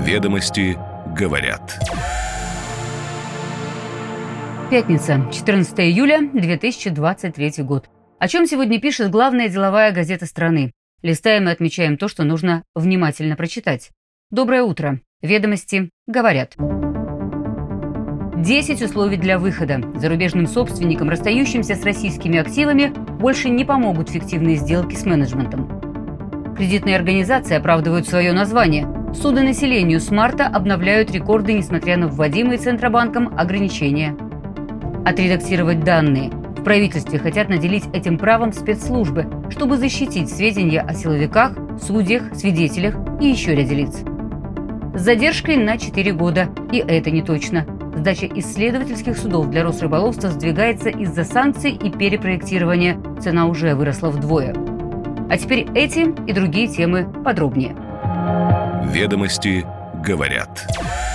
Ведомости говорят. Пятница, 14 июля 2023 год. О чем сегодня пишет главная деловая газета страны? Листаем и отмечаем то, что нужно внимательно прочитать. Доброе утро. Ведомости говорят. 10 условий для выхода. Зарубежным собственникам, расстающимся с российскими активами, больше не помогут фиктивные сделки с менеджментом. Кредитные организации оправдывают свое название. Судонаселению с марта обновляют рекорды, несмотря на вводимые Центробанком ограничения. Отредактировать данные. В правительстве хотят наделить этим правом спецслужбы, чтобы защитить сведения о силовиках, судьях, свидетелях и еще ряде лиц. С задержкой на 4 года. И это не точно. Сдача исследовательских судов для Росрыболовства сдвигается из-за санкций и перепроектирования. Цена уже выросла вдвое. А теперь эти и другие темы подробнее. Ведомости говорят.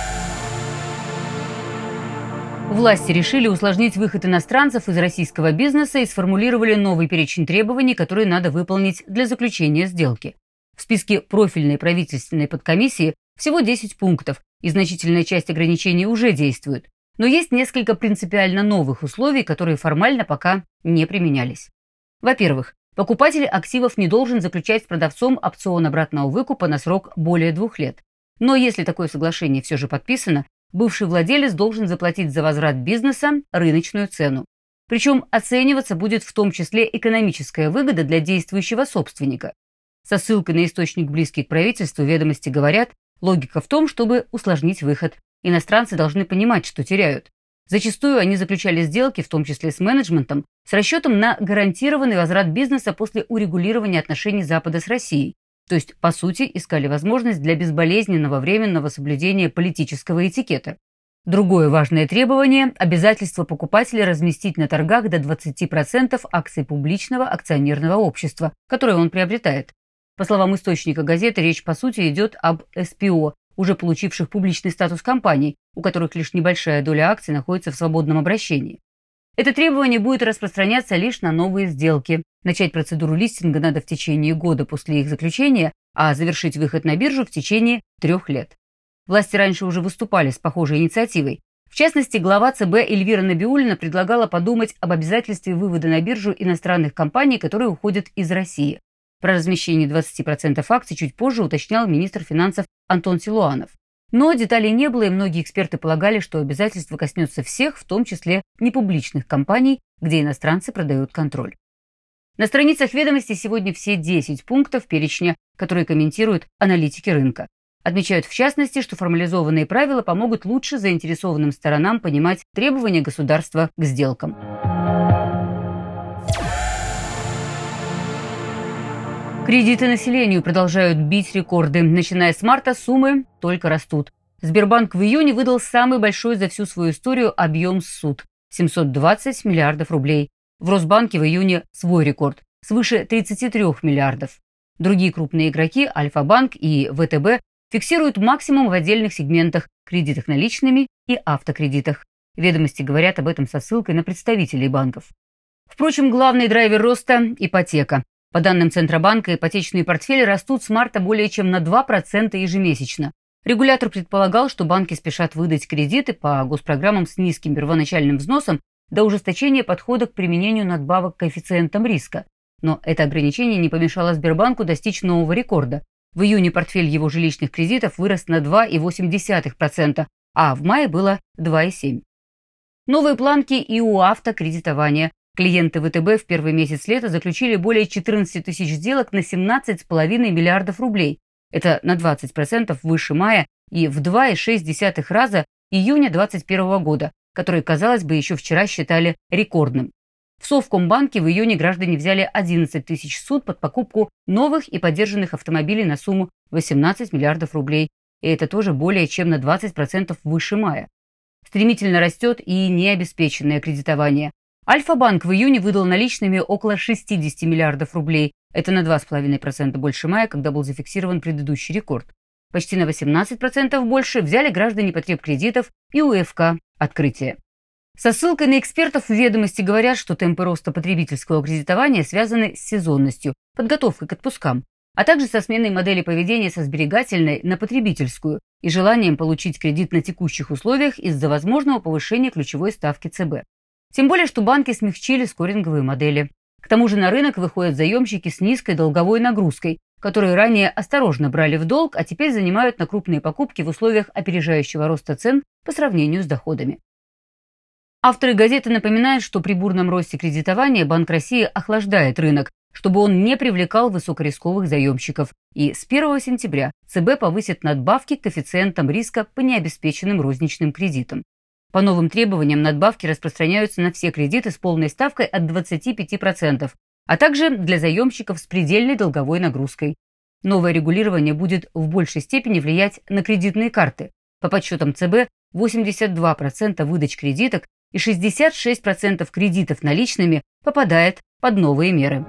Власти решили усложнить выход иностранцев из российского бизнеса и сформулировали новый перечень требований, которые надо выполнить для заключения сделки. В списке профильной правительственной подкомиссии всего 10 пунктов, и значительная часть ограничений уже действует. Но есть несколько принципиально новых условий, которые формально пока не применялись. Во-первых, покупатель активов не должен заключать с продавцом опцион обратного выкупа на срок более 2 лет. Но если такое соглашение все же подписано, бывший владелец должен заплатить за возврат бизнеса рыночную цену. Причем оцениваться будет в том числе экономическая выгода для действующего собственника. Со ссылкой на источник, близкий к правительству, ведомости говорят, логика в том, чтобы усложнить выход. Иностранцы должны понимать, что теряют. Зачастую они заключали сделки, в том числе с менеджментом, с расчетом на гарантированный возврат бизнеса после урегулирования отношений Запада с Россией. То есть, по сути, искали возможность для безболезненного временного соблюдения политического этикета. Другое важное требование – обязательство покупателя разместить на торгах до 20% акций публичного акционерного общества, которое он приобретает. По словам источника газеты, речь по сути идет об СПО, уже получивших публичный статус компаний, у которых лишь небольшая доля акций находится в свободном обращении. Это требование будет распространяться лишь на новые сделки. Начать процедуру листинга надо в течение года после их заключения, а завершить выход на биржу в течение 3 лет. Власти раньше уже выступали с похожей инициативой. В частности, глава ЦБ Эльвира Набиуллина предлагала подумать об обязательстве вывода на биржу иностранных компаний, которые уходят из России. Про размещение 20% акций чуть позже уточнял министр финансов Антон Силуанов. Но деталей не было, и многие эксперты полагали, что обязательство коснется всех, в том числе непубличных компаний, где иностранцы продают контроль. На страницах ведомости сегодня все 10 пунктов перечня, которые комментируют аналитики рынка. Отмечают в частности, что формализованные правила помогут лучше заинтересованным сторонам понимать требования государства к сделкам. Кредиты населению продолжают бить рекорды. Начиная с марта суммы только растут. Сбербанк в июне выдал самый большой за всю свою историю объем ссуд – 720 миллиардов рублей. В Росбанке в июне свой рекорд – свыше 33 миллиардов. Другие крупные игроки – Альфа-банк и ВТБ фиксируют максимум в отдельных сегментах – кредитах наличными и автокредитах. Ведомости говорят об этом со ссылкой на представителей банков. Впрочем, главный драйвер роста – ипотека. По данным Центробанка, ипотечные портфели растут с марта более чем на 2% ежемесячно. Регулятор предполагал, что банки спешат выдать кредиты по госпрограммам с низким первоначальным взносом до ужесточения подхода к применению надбавок к коэффициентам риска. Но это ограничение не помешало Сбербанку достичь нового рекорда. В июне портфель его жилищных кредитов вырос на 2,8%, а в мае было 2,7%. Новые планки и у автокредитования. Клиенты ВТБ в первый месяц лета заключили более 14 тысяч сделок на 17,5 миллиардов рублей. Это на 20% выше мая и в 2,6 раза июня 2021 года, который, казалось бы, еще вчера считали рекордным. В Совкомбанке в июне граждане взяли 11 тысяч суд под покупку новых и подержанных автомобилей на сумму 18 миллиардов рублей. И это тоже более чем на 20% выше мая. Стремительно растет и необеспеченное кредитование. Альфа-банк в июне выдал наличными около 60 миллиардов рублей. Это на 2,5% больше мая, когда был зафиксирован предыдущий рекорд. Почти на 18% больше взяли граждане потребкредитов и УФК «Открытие». Со ссылкой на экспертов в ведомости говорят, что темпы роста потребительского кредитования связаны с сезонностью, подготовкой к отпускам. а также со сменой модели поведения со сберегательной на потребительскую и желанием получить кредит на текущих условиях из-за возможного повышения ключевой ставки ЦБ. Тем более, что банки смягчили скоринговые модели. К тому же на рынок выходят заемщики с низкой долговой нагрузкой, которые ранее осторожно брали в долг, а теперь занимают на крупные покупки в условиях опережающего роста цен по сравнению с доходами. Авторы газеты напоминают, что при бурном росте кредитования Банк России охлаждает рынок, чтобы он не привлекал высокорисковых заемщиков, и с 1 сентября ЦБ повысит надбавки к коэффициентам риска по необеспеченным розничным кредитам. По новым требованиям надбавки распространяются на все кредиты с полной ставкой от 25%, а также для заемщиков с предельной долговой нагрузкой. Новое регулирование будет в большей степени влиять на кредитные карты. По подсчетам ЦБ, 82% выдач кредиток и 66% кредитов наличными попадает под новые меры.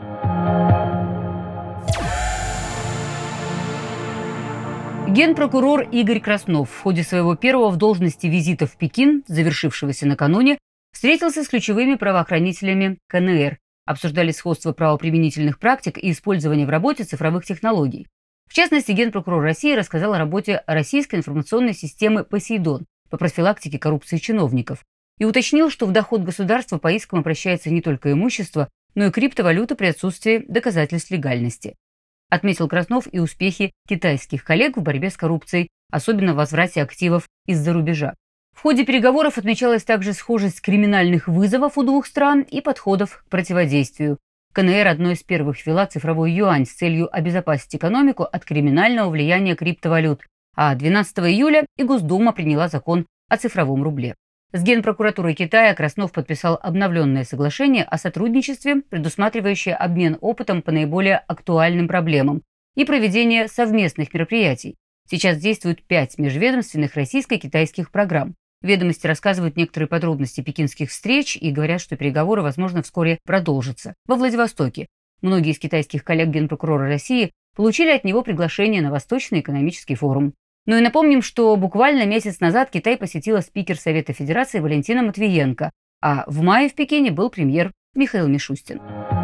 Генпрокурор Игорь Краснов в ходе своего первого в должности визита в Пекин, завершившегося накануне, встретился с ключевыми правоохранителями КНР, обсуждали сходство правоприменительных практик и использование в работе цифровых технологий. В частности, Генпрокурор России рассказал о работе российской информационной системы «Посейдон» по профилактике коррупции чиновников и уточнил, что в доход государства по искам обращается не только имущество, но и криптовалюта при отсутствии доказательств легальности. Отметил Краснов и успехи китайских коллег в борьбе с коррупцией, особенно в возврате активов из-за рубежа. В ходе переговоров отмечалась также схожесть криминальных вызовов у двух стран и подходов к противодействию. КНР одной из первых ввела цифровой юань с целью обезопасить экономику от криминального влияния криптовалют, а 12 июля и Госдума приняла закон о цифровом рубле. С Генпрокуратурой Китая Краснов подписал обновленное соглашение о сотрудничестве, предусматривающее обмен опытом по наиболее актуальным проблемам и проведение совместных мероприятий. Сейчас действует 5 межведомственных российско-китайских программ. Ведомости рассказывают некоторые подробности пекинских встреч и говорят, что переговоры, возможно, вскоре продолжатся. Во Владивостоке многие из китайских коллег Генпрокурора России получили от него приглашение на Восточный экономический форум. Ну и напомним, что буквально месяц назад Китай посетила спикер Совета Федерации Валентина Матвиенко, а в мае в Пекине был премьер Михаил Мишустин.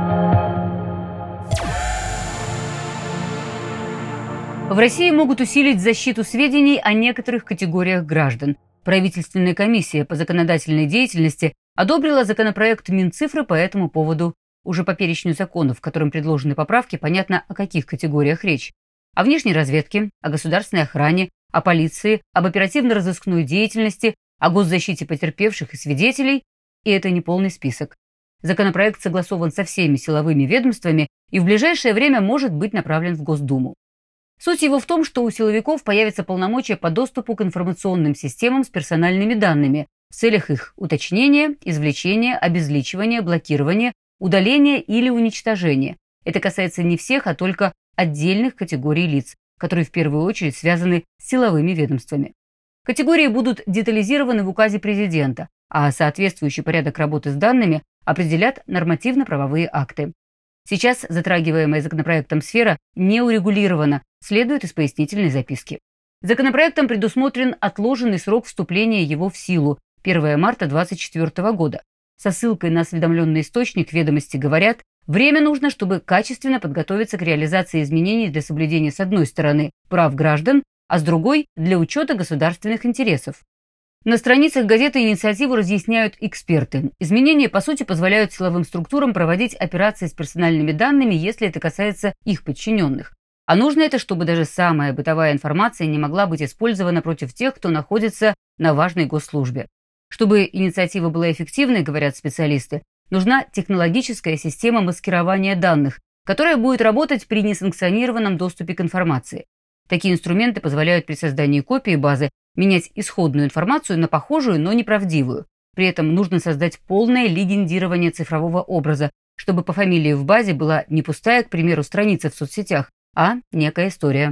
В России могут усилить защиту сведений о некоторых категориях граждан. Правительственная комиссия по законодательной деятельности одобрила законопроект Минцифры по этому поводу. Уже по перечню законов, в котором предложены поправки, понятно, о каких категориях речь. О внешней разведке, о государственной охране, о полиции, об оперативно-розыскной деятельности, о госзащите потерпевших и свидетелей. И это не полный список. Законопроект согласован со всеми силовыми ведомствами и в ближайшее время может быть направлен в Госдуму. Суть его в том, что у силовиков появятся полномочия по доступу к информационным системам с персональными данными в целях их уточнения, извлечения, обезличивания, блокирования, удаления или уничтожения. Это касается не всех, а только отдельных категорий лиц, которые в первую очередь связаны с силовыми ведомствами. Категории будут детализированы в указе президента, а соответствующий порядок работы с данными определят нормативно-правовые акты. Сейчас затрагиваемая законопроектом сфера не урегулирована, следует из пояснительной записки. Законопроектом предусмотрен отложенный срок вступления его в силу – 1 марта 2024 года. Со ссылкой на осведомленный источник ведомости говорят, время нужно, чтобы качественно подготовиться к реализации изменений для соблюдения с одной стороны прав граждан, а с другой – для учета государственных интересов. На страницах газеты инициативу разъясняют эксперты. Изменения, по сути, позволяют силовым структурам проводить операции с персональными данными, если это касается их подчиненных. А нужно это, чтобы даже самая бытовая информация не могла быть использована против тех, кто находится на важной госслужбе. Чтобы инициатива была эффективной, говорят специалисты, нужна технологическая система маскирования данных, которая будет работать при несанкционированном доступе к информации. Такие инструменты позволяют при создании копии базы менять исходную информацию на похожую, но неправдивую. При этом нужно создать полное легендирование цифрового образа, чтобы по фамилии в базе была не пустая, к примеру, страница в соцсетях, а некая история.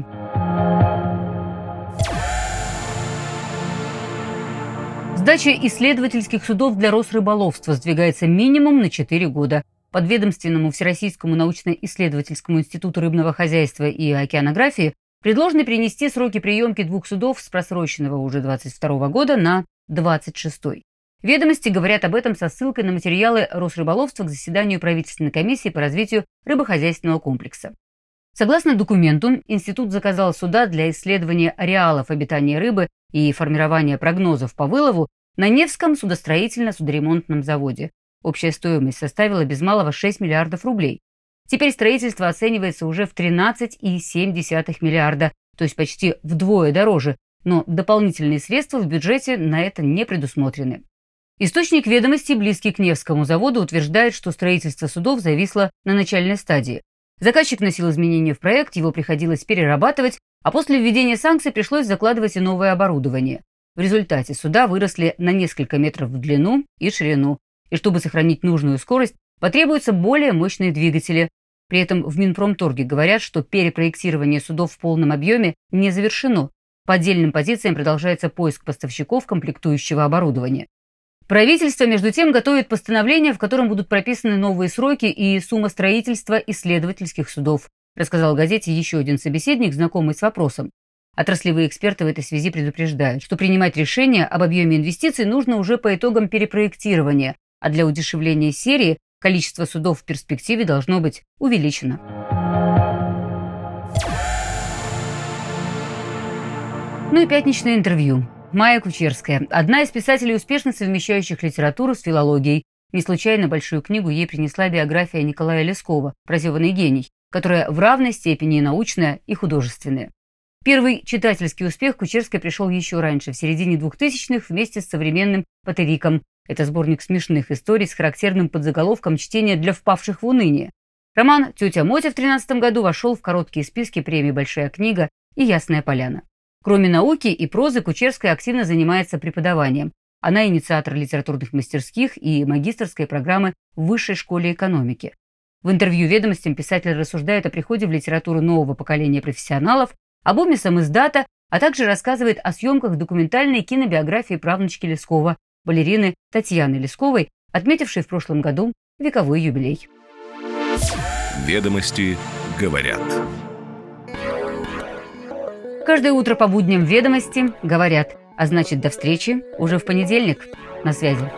Сдача исследовательских судов для Росрыболовства сдвигается минимум на 4 года. Подведомственному Всероссийскому научно-исследовательскому институту рыбного хозяйства и океанографии предложено перенести сроки приемки 2 судов с просроченного уже 22 года на 26-й. Ведомости говорят об этом со ссылкой на материалы Росрыболовства к заседанию правительственной комиссии по развитию рыбохозяйственного комплекса. Согласно документу, институт заказал суда для исследования ареалов обитания рыбы и формирования прогнозов по вылову на Невском судостроительно-судоремонтном заводе. Общая стоимость составила без малого 6 миллиардов рублей. Теперь строительство оценивается уже в 13,7 миллиарда, то есть почти вдвое дороже, но дополнительные средства в бюджете на это не предусмотрены. Источник «Ведомостей», близкий к Невскому заводу, утверждает, что строительство судов зависло на начальной стадии. Заказчик вносил изменения в проект, его приходилось перерабатывать, а после введения санкций пришлось закладывать и новое оборудование. В результате суда выросли на несколько метров в длину и ширину, и чтобы сохранить нужную скорость, потребуются более мощные двигатели. При этом в Минпромторге говорят, что перепроектирование судов в полном объеме не завершено. По отдельным позициям продолжается поиск поставщиков комплектующего оборудования. Правительство, между тем, готовит постановление, в котором будут прописаны новые сроки и сумма строительства исследовательских судов, рассказал газете еще один собеседник, знакомый с вопросом. Отраслевые эксперты в этой связи предупреждают, что принимать решение об объеме инвестиций нужно уже по итогам перепроектирования, а для удешевления серии количество судов в перспективе должно быть увеличено. Ну и пятничное интервью. Майя Кучерская – одна из писателей, успешно совмещающих литературу с филологией. Не случайно большую книгу ей принесла биография Николая Лескова «Прозеванный гений», которая в равной степени и научная, и художественная. Первый читательский успех Кучерской пришел еще раньше, в середине 2000-х, вместе с современным «Патериком». Это сборник смешных историй с характерным подзаголовком «Чтение для впавших в уныние». Роман «Тетя Мотя» в 2013 году вошел в короткие списки премий «Большая книга» и «Ясная поляна». Кроме науки и прозы, Кучерская активно занимается преподаванием. Она инициатор литературных мастерских и магистерской программы в Высшей школе экономики. В интервью «Ведомостям» писатель рассуждает о приходе в литературу нового поколения профессионалов, об уме самиздата, а также рассказывает о съемках документальной кинобиографии правнучки Лескова, балерины Татьяны Лесковой, отметившей в прошлом году вековой юбилей. «Ведомости говорят». Каждое утро по будням «Ведомости» говорят, а значит, до встречи уже в понедельник. На связи.